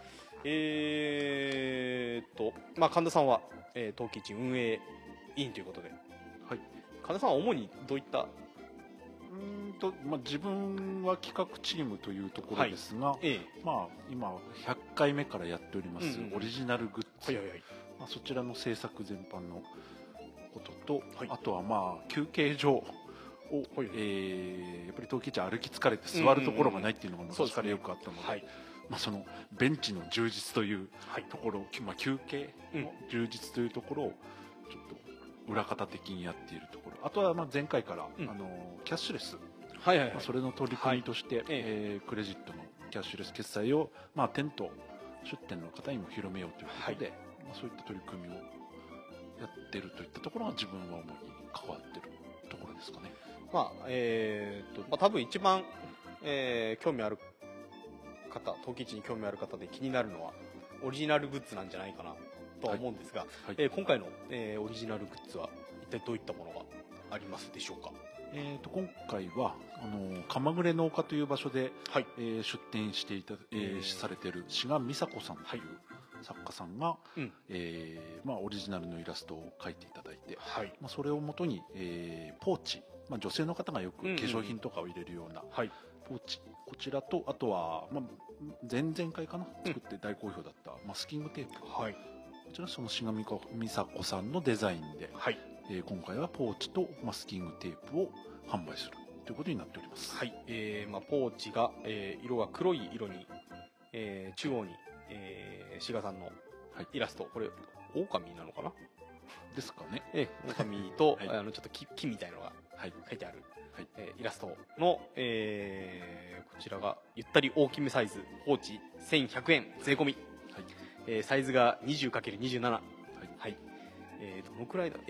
まあ、神田さんは、陶器市運営委員ということで、神田さんは主にどういったまあ、自分は企画チームというところですが、まあ、今100回目からやっておりますオリジナルグッズ、まあ、そちらの制作全般のことと、あとはまあ休憩所を、やっぱり陶器市歩き疲れて座るところがないっていうのが昔からよくあったので、まあ、そのベンチの充実というところ、まあ、休憩の充実というところをちょっと裏方的にやっているところ、あとはまあ前回から、キャッシュレス、それの取り組みとして、クレジットのキャッシュレス決済を、まあ、店頭出店の方にも広めようということで、まあ、そういった取り組みをやっているといったところが自分は主に関わっているところですかね。 まあ多分一番、興味ある方、陶器市に興味ある方で気になるのはオリジナルグッズなんじゃないかなとは思うんですが、今回の、オリジナルグッズは一体どういったものがありますでしょうか。 今回は鎌暮農家という場所で、出展してされている志賀美佐子さんという作家さんが、まあ、オリジナルのイラストを描いていただいて、まあ、それをもとに、ポーチ、まあ、女性の方がよく化粧品とかを入れるようなポーチ、こちらと、あとは、まあ、前々回かな作って大好評だったマスキングテープ、こちらその志賀美佐子さんのデザインで、今回はポーチとマスキングテープを販売するということになっております。 まあ、ポーチが、色が黒い色に、中央に、志賀さんのイラスト、これ狼なのかなですかね。 狼と、ちょっと木みたいなのが書いてある、イラストの、こちらがゆったり大きめサイズポーチ1100円税込み、サイズが 20×27、どのくらいだ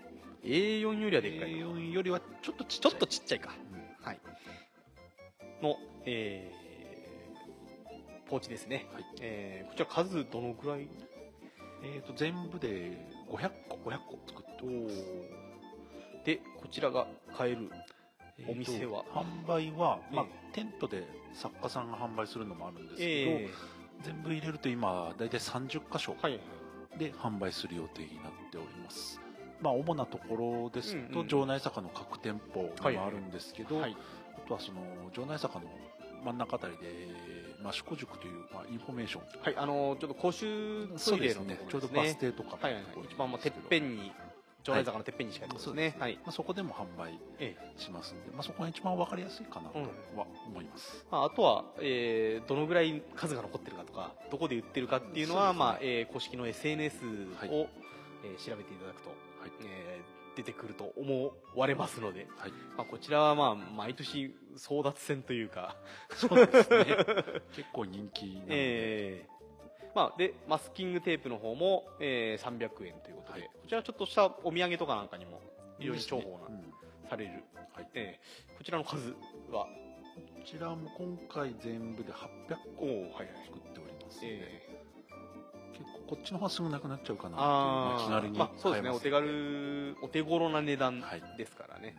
A4 よりはでっかい A4 よりはちょっとちっちゃいか、の、ポーチですね。こちら数どのくらい？ 全部で500個作っております。 でこちらが買えるお店は、 販売は、まあ、テントで作家さんが販売するのもあるんですけど、全部入れると今だいたい30箇所で販売する予定になっております。主なところですと、城内坂の各店舗もあるんですけど、あとはその城内坂の真ん中あたりで益子塾という、インフォメーション、 ちょっと公衆トイレのところですね、 ちょうどバス停とか一番てっぺんに、城内坂のてっぺんにしかないですね。 そこでも販売しますんで、そこが一番わかりやすいかなとは思います。 あとは、どのぐらい数が残ってるかとか、どこで売ってるかっていうのは、公式の SNS を、調べていただくと、出てくると思われますので、こちらは毎年争奪戦というか、 そうですね。結構人気なので。 でマスキングテープの方も、300円ということで、こちらちょっとしたお土産とかなんかにも非常に重宝される、こちらの数は、 こちらも今回全部で800個作っておりますので、結構こっちの方はすぐなくなっちゃうかなという、気軽に買えます。 そうですね、お手頃な値段ですからね。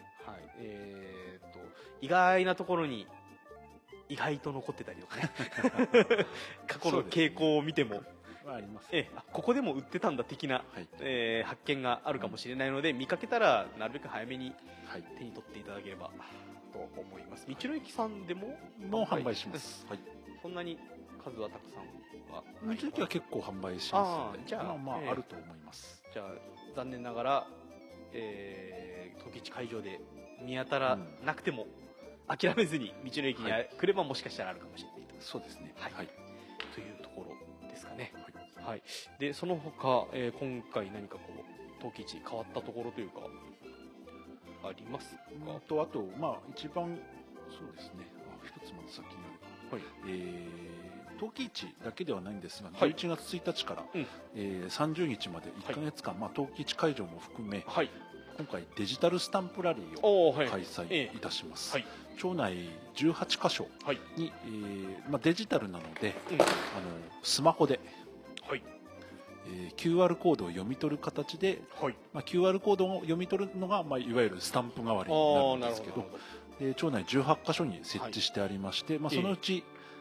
意外なところに意外と残ってたりとかね過去の傾向を見てもあります、 ここでも売ってたんだ的な、発見があるかもしれないので、見かけたらなるべく早めに手に取っていただければと思います。道の駅さんでも販売します。 そんなに数はたくさんは道の駅は結構販売しますので、じゃああると思います。 じゃあ残念ながら時市会場で見当たらなくても、諦めずに道の駅に来ればもしかしたらあるかもしれないと。 そうですね。 というところですかね。でその他、今回何か陶器市変わったところというかありますか？ あと一番そうですね。一つまず先に陶器市だけではないんですが、11月1日から、30日まで1ヶ月間、陶器市会場も含め、今回デジタルスタンプラリーを開催いたします。町内18カ所に、デジタルなので、スマホで、QR コードを読み取る形で、QR コードを読み取るのが、いわゆるスタンプ代わりになるんですけど、町内18カ所に設置してありまして、そのうち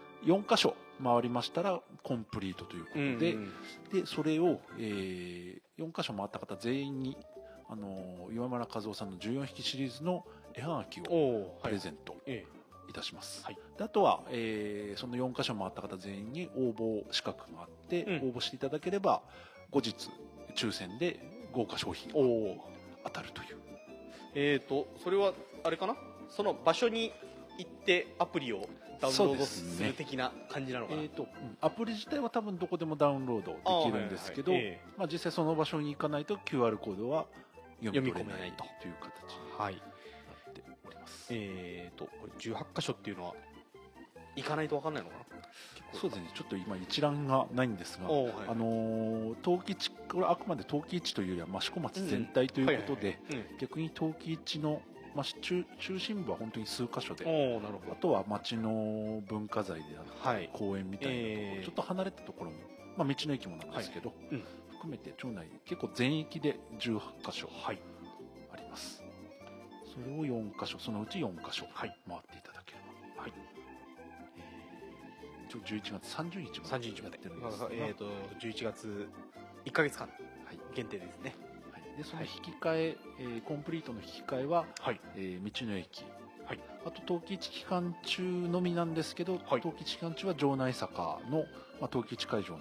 4カ所回りましたらコンプリートということで、それを、4カ所回った方全員に岩村和夫さんの14匹シリーズの絵はがきをプレゼントいたします。あとは、その4カ所回った方全員に応募資格があって、応募していただければ後日抽選で豪華商品が当たるという。 それはあれかな、その場所に行ってアプリをダウンロードする的な感じなのかな。 アプリ自体は多分どこでもダウンロードできるんですけど、実際その場所に行かないと QR コードは読み込めないという形になっております。 これ18箇所っていうのは行かないと分かんないのかな。 そうですね、ちょっと今一覧がないんですが、陶器市、これあくまで陶器市というよりは益子町全体ということで、逆に陶器市の中心部は本当に数箇所で、あとは町の文化財であったり公園みたいなところ、ちょっと離れたところも、道の駅もなんですけど、含めて町内結構全域で18箇所あります。それを4箇所、そのうち4箇所回っていただければ。11月30日までやってるんですが、 11月1ヶ月間限定ですね。 でその引き換え、コンプリートの引き換えは、道の駅、あと陶器市期間中のみなんですけど、陶器市期間中は城内坂の、陶器市会場の、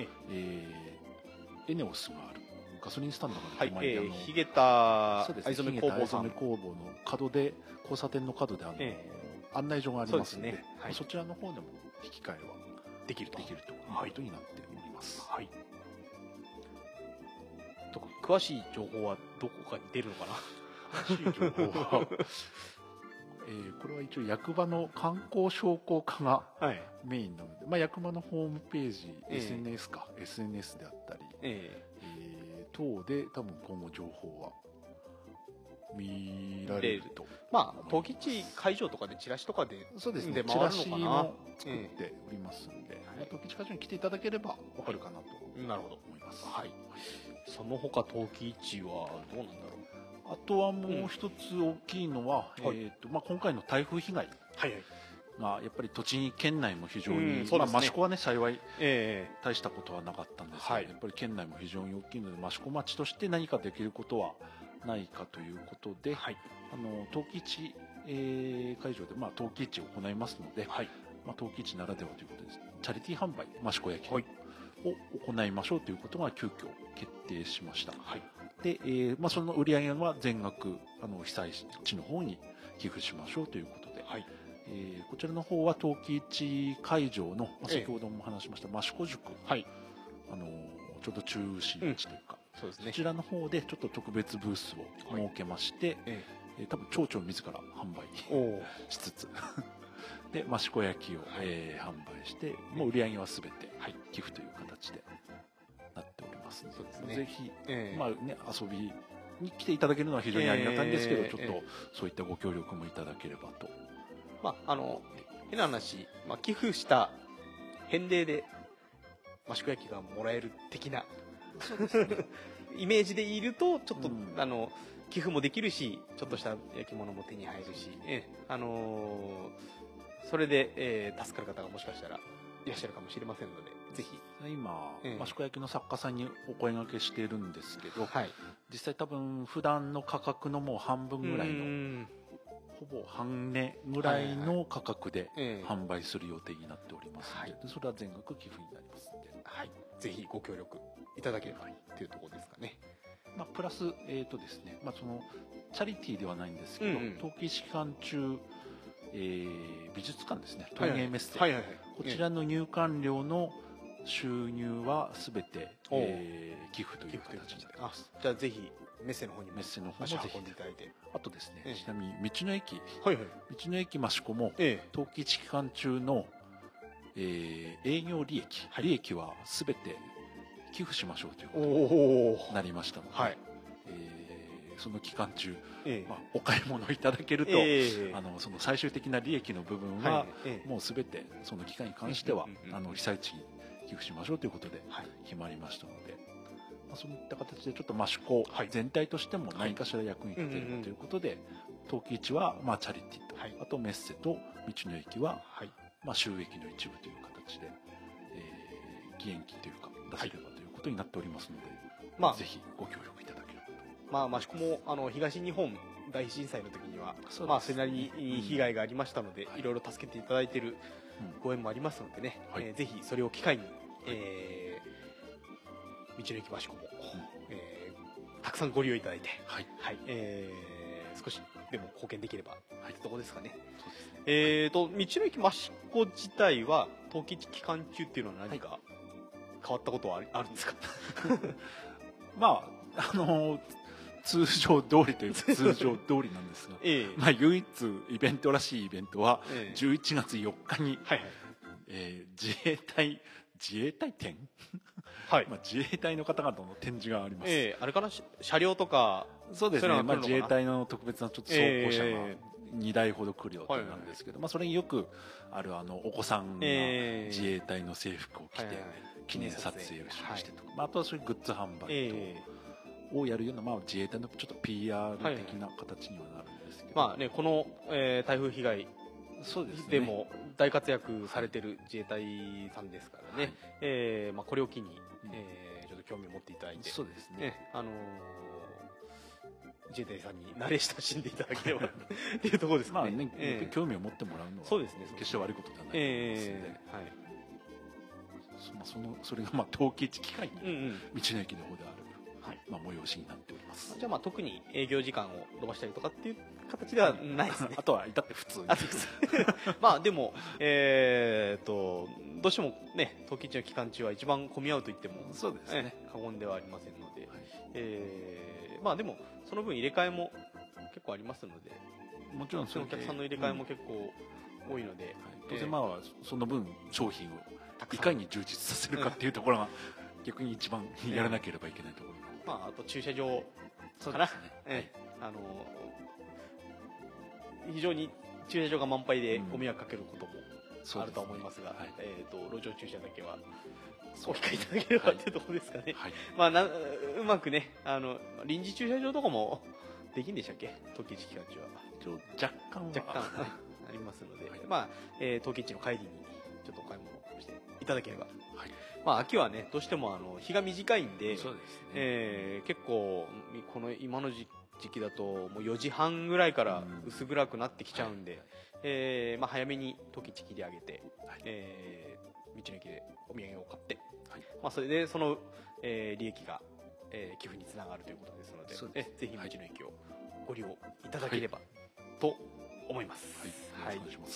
エネオスがあるガソリンスタンドが手前で、 ヒゲタ藍染工房の角で、交差点の角で案内所がありますので、そちらの方でも引き換えはできるということになっております。 詳しい情報はどこかに出るのかな。 詳しい情報はこれは一応役場の観光商工課がメインなので、役場のホームページ、SNS であったり、等で多分今後情報は見られると。 陶器市会場とかでチラシとかでチラシも作っておりますので、陶器市会場に来ていただければ分かるかなと思います。 その他陶器市はどうなんだろう。 あとはもう一つ大きいのは、今回の台風被害まあ、やっぱり栃木県内も非常に、益子はね幸い、大したことはなかったんですが、やっぱり県内も非常に大きいので益子町として何かできることはないかということで、陶器市、会場で、陶器市を行いますので、陶器市ならではということでチャリティー販売益子焼を行いましょうということが急遽決定しました。で、その売り上げは全額被災地の方に寄付しましょうということで、こちらの方は陶器市会場の、先ほども話しました益子宿、ちょうど中心地というか、そちらの方でちょっと特別ブースを設けまして、多分町長自ら販売しつつで益子焼を、販売して、もう売り上げは全て寄付という形でなっておりますので、ぜひ、遊びに来ていただけるのは非常にありがたいんですけど、ちょっとそういったご協力もいただければと。 変な話、寄付した返礼で益子焼がもらえる的なイメージでいると、ちょっと、寄付もできるし、ちょっとした焼き物も手に入るし、それで、助かる方がもしかしたらいらっしゃるかもしれませんので、ぜひ今、益子焼の作家さんにお声掛けしているんですけど、実際多分普段の価格のもう半分ぐらいの、ほぼ半値ぐらいの価格で販売する予定になっておりますので、それは全額寄付になりますので、 ぜひご協力いただければというところですかね。 プラス、ですね、そのチャリティーではないんですけど、陶器市期間中、美術館ですね、陶芸メッセ、こちらの入館料の収入はすべて、寄付という形になります。 じゃあぜひメッセの方にも足を運んでいただいて、 あとですね、ちなみに道の駅、道の駅益子も陶器市期間中の、営業利益はすべて寄付しましょうということになりましたので、その期間中、お買い物いただけると、その最終的な利益の部分は、もうすべてその期間に関しては、被災地に寄付しましょうということで決まりましたので、そういった形でちょっと益子全体としても何かしら役に立てるということで、陶器市はチャリティーと、あとメッセと道の駅は収益の一部という形で、義援金というか出せればということになっておりますので、ぜひご協力いただければと。 益子も東日本大震災の時にはそれなりに被害がありましたので、いろいろ助けていただいているご縁もありますのでね、ぜひそれを機会に、道の駅益子も、たくさんご利用いただいて、少しでも貢献できればというところですかね。道の駅益子自体は陶器市期間中っていうのは何か変わったことはあるんですか？ 通常通りというか通常通りなんですが、唯一イベントらしいイベントは11月4日に自衛隊展自衛隊の方々の展示があります。 あれかな、車両とか。 そうですね、自衛隊の特別なちょっと装甲車が2台ほど来る予定なんですけど、それによくあるお子さんが自衛隊の制服を着て記念撮影をしてとか、あとはそういうグッズ販売等をやるような、自衛隊のちょっと PR 的な形にはなるんですけど、 この台風被害でも大活躍されてる自衛隊さんですからね、これを機にちょっと興味を持っていただいて、 そうですね、 自衛隊さんに慣れ親しんでいただければっていうところですかね。 興味を持ってもらうのは決して悪いことではないと思いますので、それが陶器市機会に道の駅の方である催しになっております。 じゃあ特に営業時間を延ばしたりとかっていう形ではないですね。 あとは至って普通にでもどうしてもね、陶器市の期間中は一番混み合うと言ってもそうですね、 過言ではありませんので、でもその分入れ替えも結構ありますので、 もちろんお客さんの入れ替えも結構多いので、 当然その分商品をいかに充実させるかっていうところが逆に一番やらなければいけないところ。 あと駐車場かな、非常に駐車場が満杯でご迷惑かけることもあると思いますが、路上駐車だけはお控えいただければというところですかね。うまくね、臨時駐車場とかもできんでしたっけ、陶器市期間中は。 若干ありますので、まあ、陶器市の帰りにちょっとお買い物をしていただければ。はい。まあ、秋はね、どうしても日が短いんで、そうですね。結構、今の時期だと、もう4時半ぐらいから薄暗くなってきちゃうんで、まあ、早めに陶器市切り上げて、道の駅でお土産を買って、まあ、それでその、利益が、寄付につながるということですので、ぜひ道の駅をご利用いただければと思います。 はい。お願いします。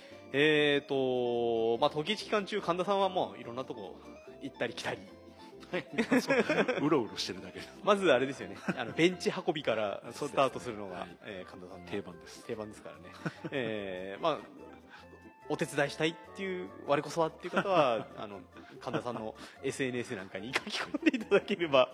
まあ、陶器市期間中、神田さんはもういろんなとこ行ったり来たり。 うろうろしてるだけまずあれですよね、ベンチ運びからスタートするのが、神田さんの定番です。 定番ですからね。まあ、お手伝いしたいっていう、我こそはっていう方は、神田さんの SNS なんかに書き込んでいただければ、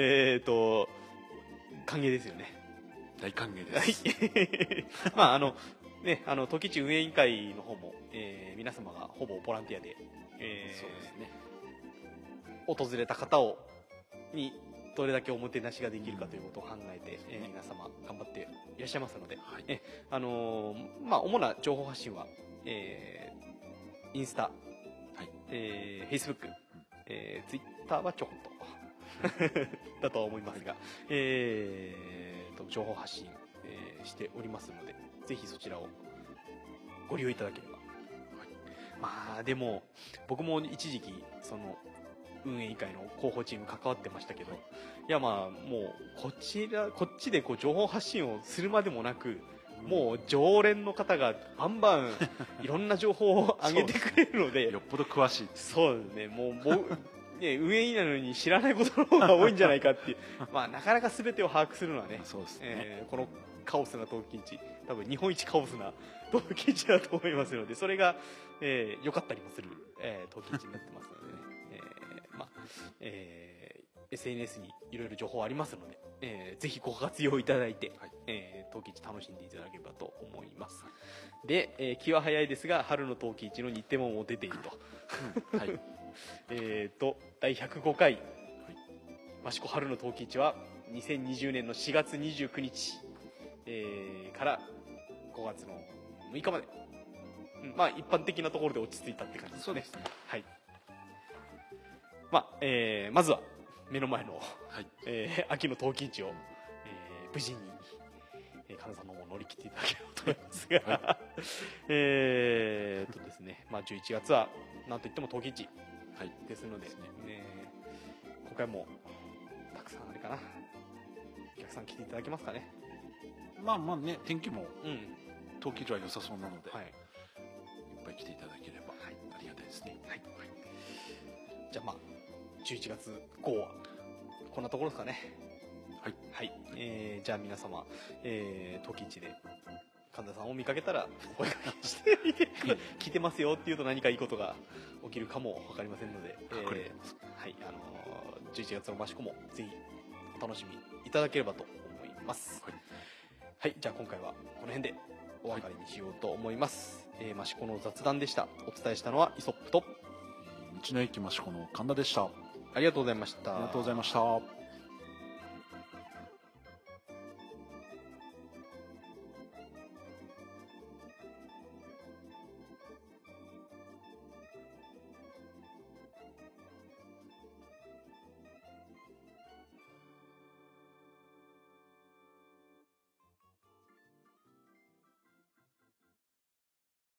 歓迎ですよね。 大歓迎です。 まあ、ね、陶器市運営委員会の方も、皆様がほぼボランティアで、そうですね。訪れた方にどれだけおもてなしができるかということを考えて、皆様頑張っていらっしゃいますので、まあ、主な情報発信は、インスタ、Facebook、ツイッターはちょこっとだとは思いますが、情報発信、しておりますので、ぜひそちらをご利用いただければ。まあでも僕も一時期その運営委員会の広報チーム関わってましたけど、いやまあもうこっちでこう情報発信をするまでもなく、もう常連の方がバンバンいろんな情報を上げてくれるのでよっぽど詳しい。 そうですね。もうね、運営委員なのに知らないことの方が多いんじゃないかっていうまあなかなか全てを把握するのはね、そうですね、このカオスな陶器市、多分日本一カオスな陶器市だと思いますので、それが良かったりもする陶器市になってますのでね、まあSNS にいろいろ情報ありますので、ぜひご活用いただいて、陶器市楽しんでいただければと思います。で、気は早いですが春の陶器市の日程ももう出ていると。はい第105回益子春の陶器市は2020年の4月29日、から5月の6日まで、まあ一般的なところで落ち着いたって感じですね。そうですね。はい。まあ、まずは目の前の、秋の陶器市を、無事に、神田さんの方を乗り切っていただければと思いますが、ですね、まあ11月はなんといっても陶器市ですので、今回もたくさんあれかな、お客さん来ていただけますかね。 まあまあね、天気も陶器市は良さそうなので、いっぱい来ていただければありがたいですね。はい。 じゃあまあ11月号はこんなところですかね。はい。はい。じゃあ皆様、陶器市で神田さんを見かけたらお声掛けしてみて聞いてますよっていうと何かいいことが起きるかも分かりませんので、はい、11月の益子もぜひお楽しみいただければと思います。はい、じゃあ今回はこの辺でお別れにしようと思います。益子の雑談でした。お伝えしたのはイソップと道の駅益子の神田でした。 ありがとうございました。 ありがとうございました。